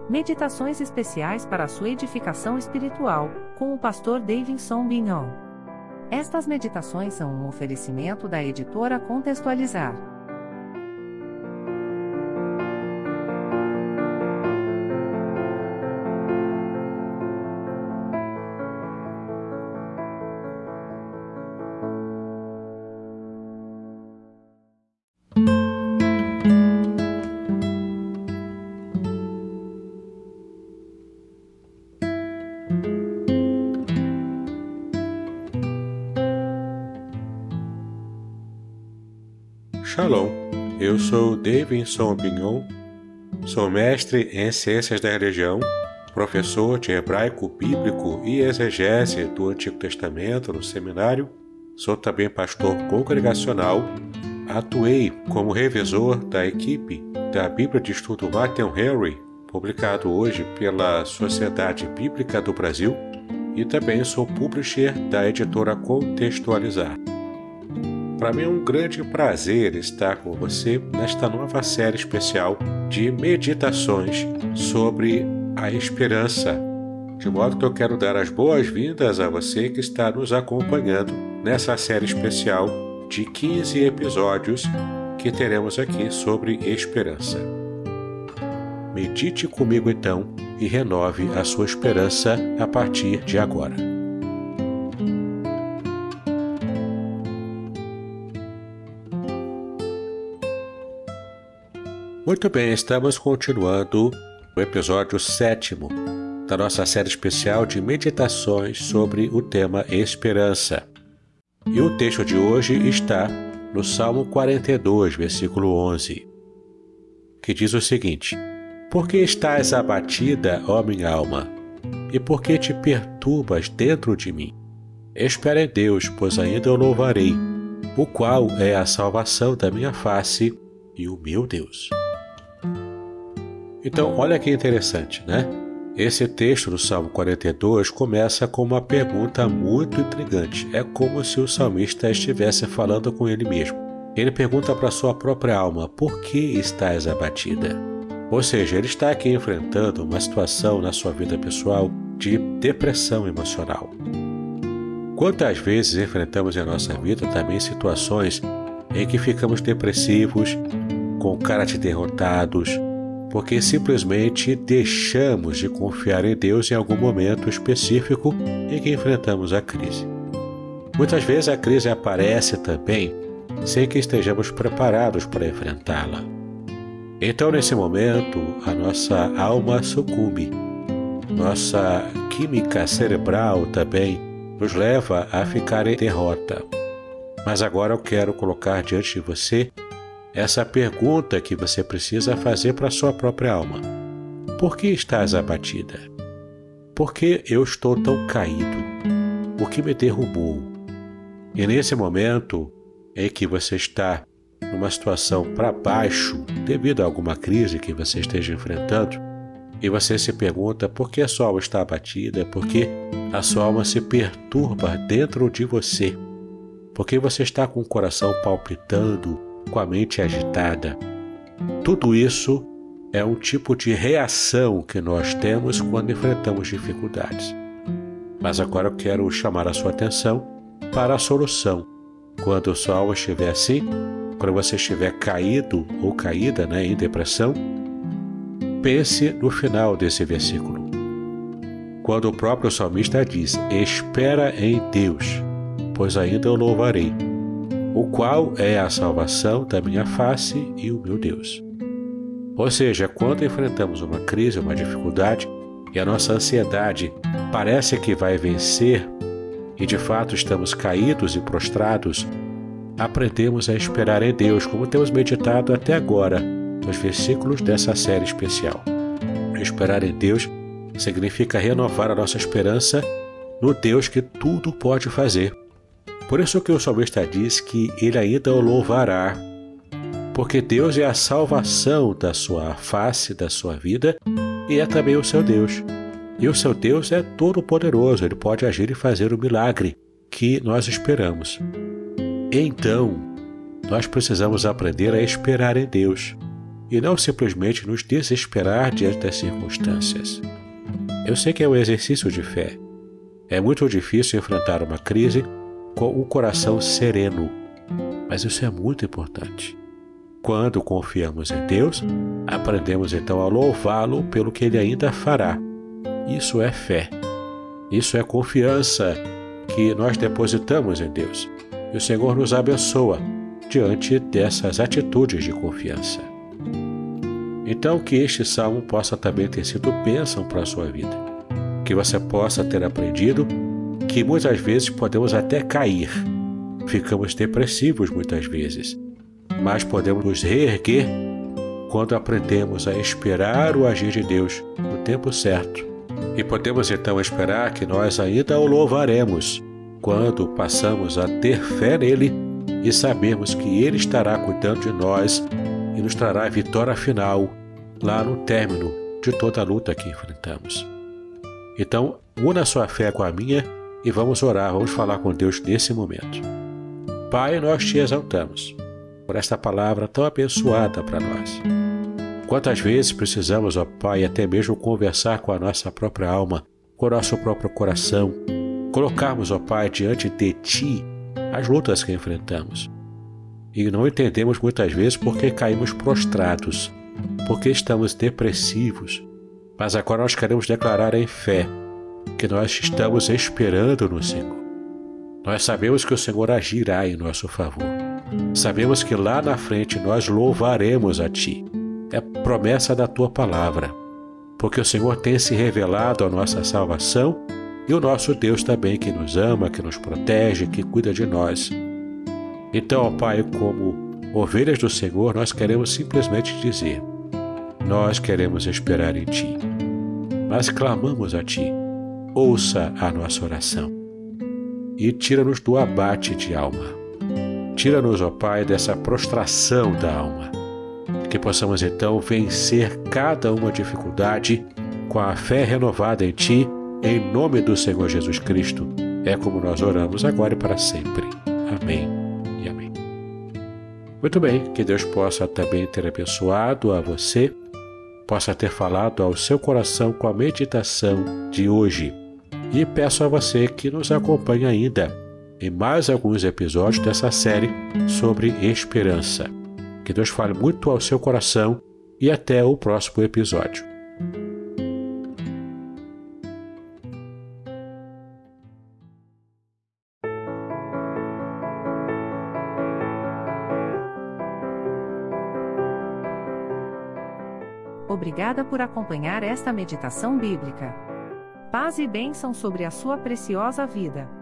Meditações especiais para a sua edificação espiritual, com o pastor Davidson Bignon. Estas meditações são um oferecimento da editora Contextualizar. Shalom, eu sou Davidson Bignon, sou mestre em Ciências da Religião, professor de Hebraico Bíblico e Exegese do Antigo Testamento no seminário, sou também pastor congregacional, atuei como revisor da equipe da Bíblia de Estudo Matthew Henry, publicado hoje pela Sociedade Bíblica do Brasil, e também sou publisher da editora Contextualizar. Para mim é um grande prazer estar com você nesta nova série especial de meditações sobre a esperança. De modo que eu quero dar as boas-vindas a você que está nos acompanhando nessa série especial de 15 episódios que teremos aqui sobre esperança. Medite comigo então e renove a sua esperança a partir de agora. Muito bem, estamos continuando o episódio 7º da nossa série especial de meditações sobre o tema esperança. E o texto de hoje está no Salmo 42, versículo 11, que diz o seguinte: Por que estás abatida, ó minha alma? E por que te perturbas dentro de mim? Espera em Deus, pois ainda o louvarei, o qual é a salvação da minha face e o meu Deus. Então, olha que interessante, né? Esse texto do Salmo 42 começa com uma pergunta muito intrigante. É como se o salmista estivesse falando com ele mesmo. Ele pergunta para sua própria alma: por que estás abatida? Ou seja, ele está aqui enfrentando uma situação na sua vida pessoal de depressão emocional. Quantas vezes enfrentamos em nossa vida também situações em que ficamos depressivos, com cara de derrotados, porque simplesmente deixamos de confiar em Deus em algum momento específico em que enfrentamos a crise. Muitas vezes a crise aparece também sem que estejamos preparados para enfrentá-la. Então, nesse momento, a nossa alma sucumbe. Nossa química cerebral também nos leva a ficar em derrota. Mas agora eu quero colocar diante de você essa pergunta que você precisa fazer para a sua própria alma. Por que estás abatida? Por que eu estou tão caído? O que me derrubou? E nesse momento em que você está numa situação para baixo, devido a alguma crise que você esteja enfrentando, e você se pergunta por que a sua alma está abatida, por que a sua alma se perturba dentro de você, por que você está com o coração palpitando, com a mente agitada. Tudo isso é um tipo de reação que nós temos quando enfrentamos dificuldades. Mas agora eu quero chamar a sua atenção para a solução. Quando a sua alma estiver assim, quando você estiver caído ou caída, em depressão, pense no final desse versículo. Quando o próprio salmista diz: espera em Deus, pois ainda o louvarei, o qual é a salvação da minha face e o meu Deus. Ou seja, quando enfrentamos uma crise, uma dificuldade, e a nossa ansiedade parece que vai vencer, e de fato estamos caídos e prostrados, aprendemos a esperar em Deus, como temos meditado até agora, nos versículos dessa série especial. Esperar em Deus significa renovar a nossa esperança no Deus que tudo pode fazer. Por isso que o salmista diz que ele ainda o louvará, porque Deus é a salvação da sua face, da sua vida, e é também o seu Deus. E o seu Deus é todo-poderoso, ele pode agir e fazer o milagre que nós esperamos. Então, nós precisamos aprender a esperar em Deus. e não simplesmente nos desesperar diante das circunstâncias. Eu sei que é um exercício de fé. É muito difícil enfrentar uma crise com o coração sereno, mas isso é muito importante. Quando confiamos em Deus, aprendemos então a louvá-lo pelo que Ele ainda fará. Isso é fé. Isso é confiança que nós depositamos em Deus. E o Senhor nos abençoa diante dessas atitudes de confiança. Então, que este salmo possa também ter sido bênção para a sua vida. Que você possa ter aprendido que muitas vezes podemos até cair. Ficamos depressivos muitas vezes, mas podemos nos reerguer quando aprendemos a esperar o agir de Deus no tempo certo. E podemos então esperar que nós ainda o louvaremos quando passamos a ter fé nele e sabermos que ele estará cuidando de nós e nos trará a vitória final lá no término de toda a luta que enfrentamos. Então, una sua fé com a minha e vamos orar, vamos falar com Deus nesse momento. Pai, nós te exaltamos por esta palavra tão abençoada para nós. Quantas vezes precisamos, ó Pai, até mesmo conversar com a nossa própria alma, com o nosso próprio coração, colocarmos, ó Pai, diante de Ti as lutas que enfrentamos. E não entendemos muitas vezes porque caímos prostrados, porque estamos depressivos. Mas agora nós queremos declarar em fé que nós estamos esperando no Senhor. Nós sabemos que o Senhor agirá em nosso favor. Sabemos que lá na frente nós louvaremos a Ti. É promessa da Tua palavra, porque o Senhor tem se revelado a nossa salvação e o nosso Deus também que nos ama, que nos protege, que cuida de nós. Então, ó Pai, como ovelhas do Senhor, nós queremos simplesmente dizer: nós queremos esperar em Ti. Nós clamamos a Ti. Ouça a nossa oração e tira-nos do abate de alma. Tira-nos, ó Pai, dessa prostração da alma. Que possamos então vencer cada uma dificuldade com a fé renovada em Ti, em nome do Senhor Jesus Cristo. É como nós oramos agora e para sempre. Amém e amém. Muito bem, que Deus possa também ter abençoado a você, possa ter falado ao seu coração com a meditação de hoje. E peço a você que nos acompanhe ainda em mais alguns episódios dessa série sobre esperança. Que Deus fale muito ao seu coração e até o próximo episódio. Obrigada por acompanhar esta meditação bíblica. Paz e bênção sobre a sua preciosa vida.